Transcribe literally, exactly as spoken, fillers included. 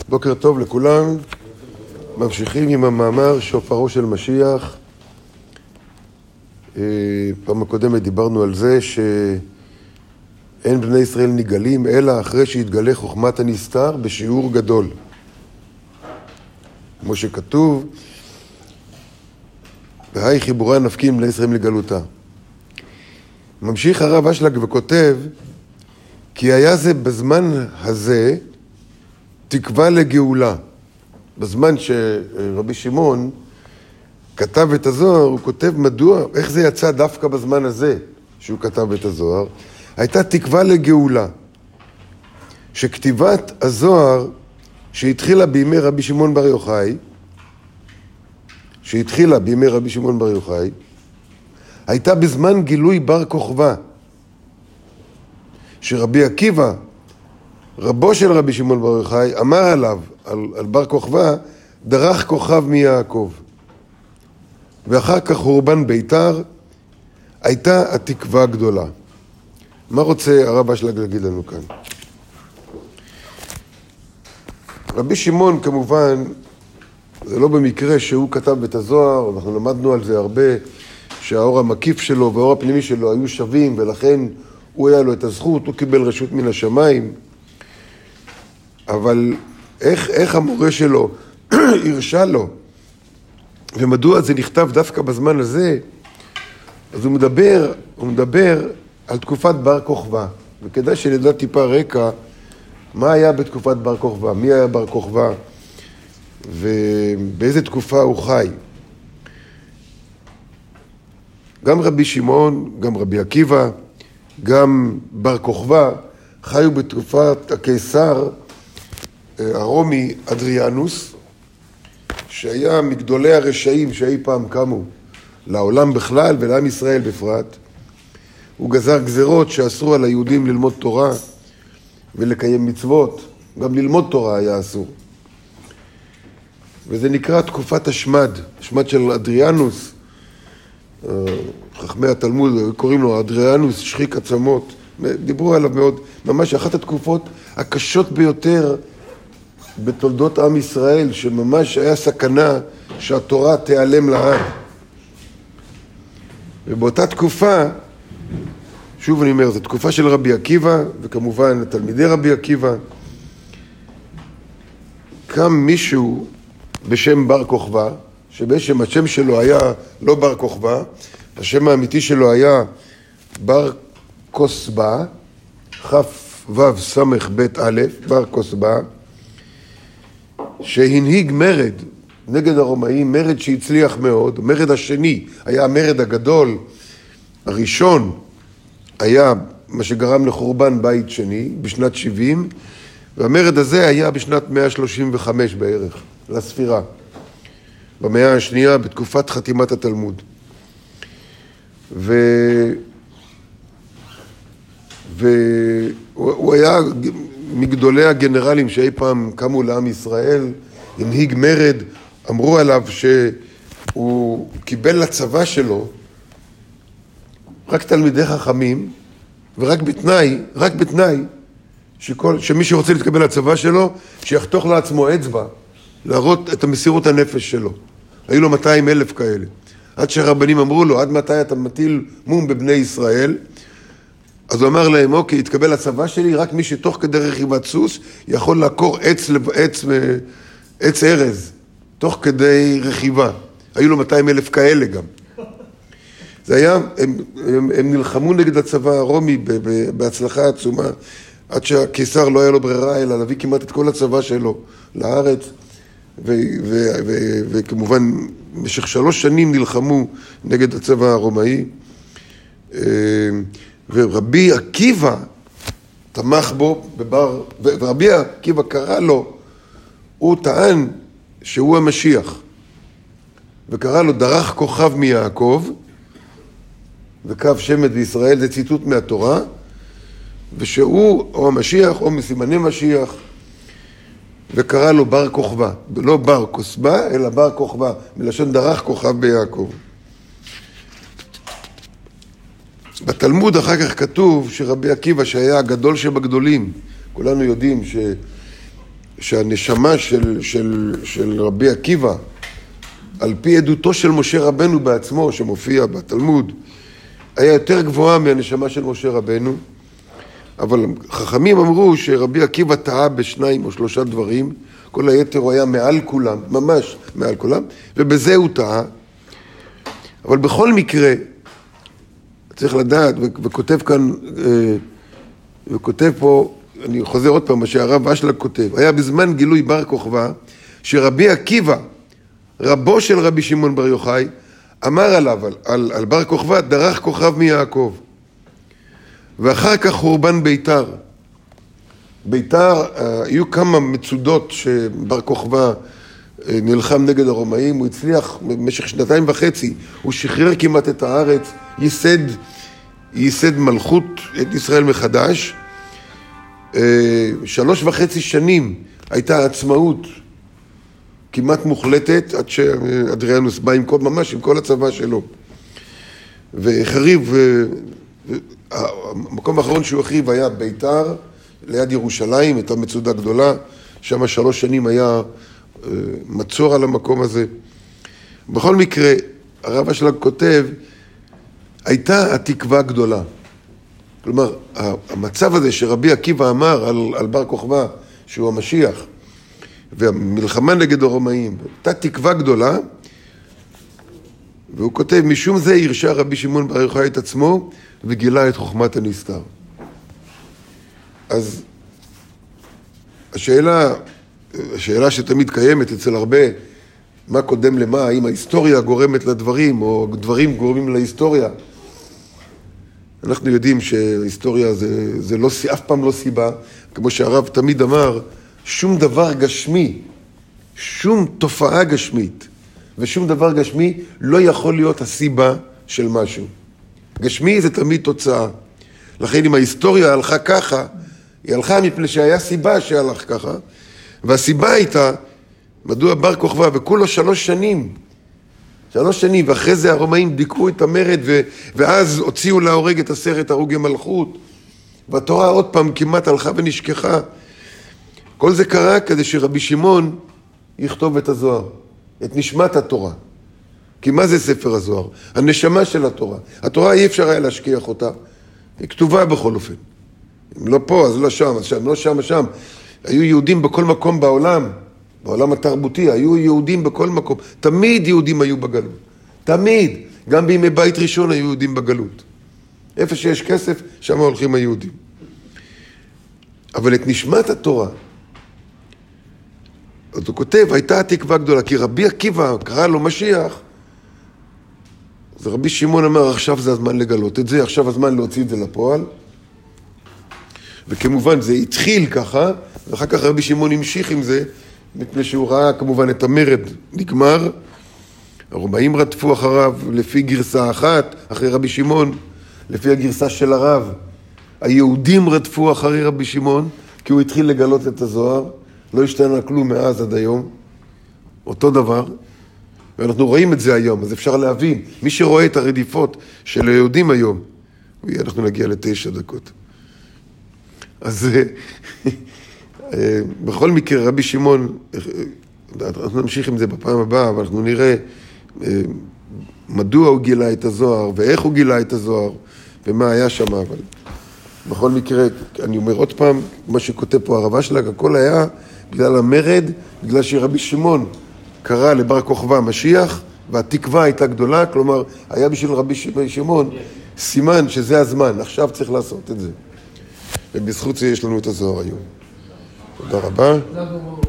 בוקר טוב לכולם. ממשיכים עם המאמר שופרו של משיח. פעם הקודמת דיברנו על זה שאין בני ישראל נגלים אלא אחרי שהתגלה חוכמת הנסתר בשיעור גדול, כמו שכתוב והי חיבורה נפקים בני ישראל לגלותה. ממשיך הרב אשלג וכותב כי היה זה בזמן הזה תקווה לגאולה. בזמן שרבי שמעון כתב את הזוהר, הוא כותב מדוע, איך זה יצא דווקא בזמן הזה שהוא כתב את הזוהר, הייתה תקווה לגאולה. שכתיבת הזוהר שהתחילה בימי רבי שמעון בר יוחאי, שהתחילה בימי רבי שמעון בר יוחאי, הייתה בזמן גילוי בר כוכבא, שרבי עקיבא, רבו של רבי שמעון בר יוחאי, אמר עליו, על, על בר כוכבא, דרך כוכב מיעקב. ואחר כך חורבן ביתר, הייתה התקווה הגדולה. מה רוצה הרב אשלג להגיד לנו כאן? רבי שמעון כמובן, זה לא במקרה שהוא כתב את הזוהר, אנחנו למדנו על זה הרבה, שהאור המקיף שלו והאור הפנימי שלו היו שווים, ולכן הוא היה לו את הזכות, הוא קיבל רשות מן השמיים. אבל איך, איך המורה שלו הרשה לו, ומדוע זה נכתב דווקא בזמן הזה? אז הוא מדבר, הוא מדבר על תקופת בר כוכבא, וכדאי שנדע טיפה רקע, מה היה בתקופת בר כוכבא, מי היה בר כוכבא, ובאיזה תקופה הוא חי. גם רבי שמעון, גם רבי עקיבא, גם בר כוכבא, חיו בתקופת הקיסר הרומי אדריאנוס, שהיה מגדולי הרשעים שאי פעם קמו לעולם בכלל ולעם ישראל בפרט. הוא גזר גזרות שאסרו על היהודים ללמוד תורה ולקיים מצוות. גם ללמוד תורה היה אסור. וזה נקרא תקופת השמד, השמד של אדריאנוס. חכמי התלמוד קוראים לו אדריאנוס שחיק עצמות. דיברו עליו מאוד. ממש אחת התקופות הקשות ביותר בתולדות עם ישראל, שממש היה סכנה שהתורה תיעלם לעד. ובאותה תקופה, שוב אני אומר, זו תקופה של רבי עקיבא, וכמובן תלמידי רבי עקיבא, קם מישהו בשם בר כוכבא, שבשם השם שלו היה לא בר כוכבא, השם האמיתי שלו היה בר כוסבא, חף וו סמך בית א', בר כוסבא, שהנהיג מרד נגד הרומאים, מרד שהצליח מאוד. מרד השני היה המרד הגדול, הראשון היה מה שגרם לחורבן בית שני בשנת שבעים, והמרד הזה היה בשנת מאה שלושים וחמש בערך לספירה, במאה השנייה בתקופת חתימת התלמוד. ו... והוא היה מגדולי הגנרלים שאי פעם קמו לעם ישראל, הנהיג מרד. אמרו עליו שהוא קיבל לצבא שלו רק תלמידי חכמים, ורק בתנאי, רק בתנאי, שכל, שמי שרוצה להתקבל לצבא שלו, שיחתוך לעצמו אצבע, להראות את המסירות הנפש שלו. היו לו מאתיים אלף כאלה. עד שהרבנים אמרו לו, עד מתי אתה מטיל מום בבני ישראל? אז הוא אמר להם, אוקיי, התקבל לצבא שלי, רק מי שתוך כדי רכיבת סוס יכול לעקור עץ, עץ, עץ ארז, תוך כדי רכיבה. היו לו מאתיים אלף כאלה גם. זה היה, הם, הם, הם נלחמו נגד הצבא הרומי בהצלחה עצומה, עד שהקיסר לא היה לו ברירה, אלא להביא כמעט את כל הצבא שלו לארץ, ו, ו, ו, וכמובן, במשך שלוש שנים נלחמו נגד הצבא הרומאי, ורבי עקיבא תמך בו בבר, ורבי עקיבא קרא לו, הוא טען שהוא המשיח, וקרא לו דרך כוכב מיעקב, וקו שמד בישראל, זה ציטוט מהתורה, ושהוא או המשיח או מסימני משיח, וקרא לו בר כוכבא, לא בר כוסבא, אלא בר כוכבא, מלשון דרך כוכב ביעקב. בתלמוד אחר כך כתוב שרבי עקיבא, שהיה הגדול שבגדולים, כולנו יודעים שהנשמה של, של, של רבי עקיבא, על פי עדותו של משה רבנו בעצמו, שמופיע בתלמוד, היה יותר גבוהה מהנשמה של משה רבנו, אבל חכמים אמרו שרבי עקיבא טעה בשניים או שלושה דברים, כל היתר הוא היה מעל כולם, ממש מעל כולם, ובזה הוא טעה. אבל בכל מקרה, צריך לדעת, וכותב כאן, וכותב פה, אני חוזר עוד פעם, מה שהרב אשלג כותב, היה בזמן גילוי בר כוכבא, שרבי עקיבא, רבו של רבי שמעון בר יוחאי, אמר עליו, על, על, על בר כוכבא, דרך כוכב מיעקב. ואחר כך חורבן ביתר. ביתר, היו כמה מצודות שבר כוכבא נלחם נגד הרומאים, הוא הצליח במשך שנתיים וחצי, הוא שחרר כמעט את הארץ, ייסד, ייסד מלכות את ישראל מחדש. שלוש וחצי שנים הייתה עצמאות כמעט מוחלטת, עד שאדריאנוס בא עם כל, ממש עם כל הצבא שלו. והחריב, המקום האחרון שהוא החריב היה ביתר, ליד ירושלים, הייתה מצודה גדולה, שם שלוש שנים היה מצור על המקום הזה. בכל מקרה, הרב אשלג כותב, הייתה התקווה גדולה. כלומר, המצב הזה שרבי עקיבא אמר על, על בר כוכבא, שהוא המשיח, והמלחמה נגד הרומאים, הייתה תקווה גדולה, והוא כותב, משום זה הרשה רבי שמעון בר יוחאי את עצמו, וגילה את חוכמת הנסתר. אז השאלה, השאלה שתמיד קיימת אצל הרבה, מה קודם למה, האם ההיסטוריה גורמת לדברים, או דברים גורמים להיסטוריה. אנחנו יודעים שההיסטוריה זה, זה לא, אף פעם לא סיבה, כמו שהרב תמיד אמר, שום דבר גשמי, שום תופעה גשמית, ושום דבר גשמי לא יכול להיות הסיבה של משהו. גשמי זה תמיד תוצאה. לכן אם ההיסטוריה הלכה ככה, היא הלכה מפני שהיה סיבה שהלך ככה, והסיבה הייתה, מדוע בר כוכבא, וכולו שלוש שנים, שלוש שנים, ואחרי זה הרומאים דיכאו את המרד, ו- ואז הוציאו להורג את עשרת הרוגי מלכות, והתורה עוד פעם כמעט הלכה ונשכחה. כל זה קרה כדי שרבי שמעון יכתוב את הזוהר, את נשמת התורה. כי מה זה ספר הזוהר? הנשמה של התורה. התורה אי אפשר היה להשכיח אותה, היא כתובה בכל אופן. אם לא פה, אז לא שם, אז שם, לא שם, שם. היו יהודים בכל מקום בעולם, בעולם התרבותי, היו יהודים בכל מקום. תמיד יהודים היו בגלות. תמיד. גם בימי בית ראשון היו יהודים בגלות. איפה שיש כסף, שם הולכים היהודים. אבל את נשמת התורה, אז הוא כותב, הייתה התקווה גדולה, כי רבי עקיבא קרא לו משיח, אז רבי שמעון אמר, עכשיו זה הזמן לגלות את זה, עכשיו הזמן להוציא את זה לפועל. וכמובן זה התחיל ככה, ואחר כך רבי שמעון המשיך עם זה, מפני שהוא ראה כמובן את המרד נגמר, הרומאים רדפו אחריו לפי גרסה אחת, אחרי רבי שמעון, לפי הגרסה של הרב. היהודים רדפו אחרי רבי שמעון, כי הוא התחיל לגלות את הזוהר, לא השתנה כלום מאז עד היום, אותו דבר, ואנחנו רואים את זה היום, אז אפשר להבין, מי שרואה את הרדיפות של היהודים היום, אנחנו נגיע לתשע דקות. אז בכל מקרה, רבי שמעון, אנחנו נמשיך עם זה בפעם הבאה, אבל אנחנו נראה מדוע הוא גילה את הזוהר, ואיך הוא גילה את הזוהר, ומה היה שם, אבל בכל מקרה, אני אומר עוד פעם, מה שכותב פה הרב אשלג, הכל היה בגלל המרד, בגלל שרבי שמעון קרא לבר כוכבא משיח, והתקווה הייתה גדולה, כלומר, היה בשביל רבי שמעון סימן שזה הזמן, עכשיו צריך לעשות את זה. ובזכות זה יש לנו את הזוהר היום. תודה רבה.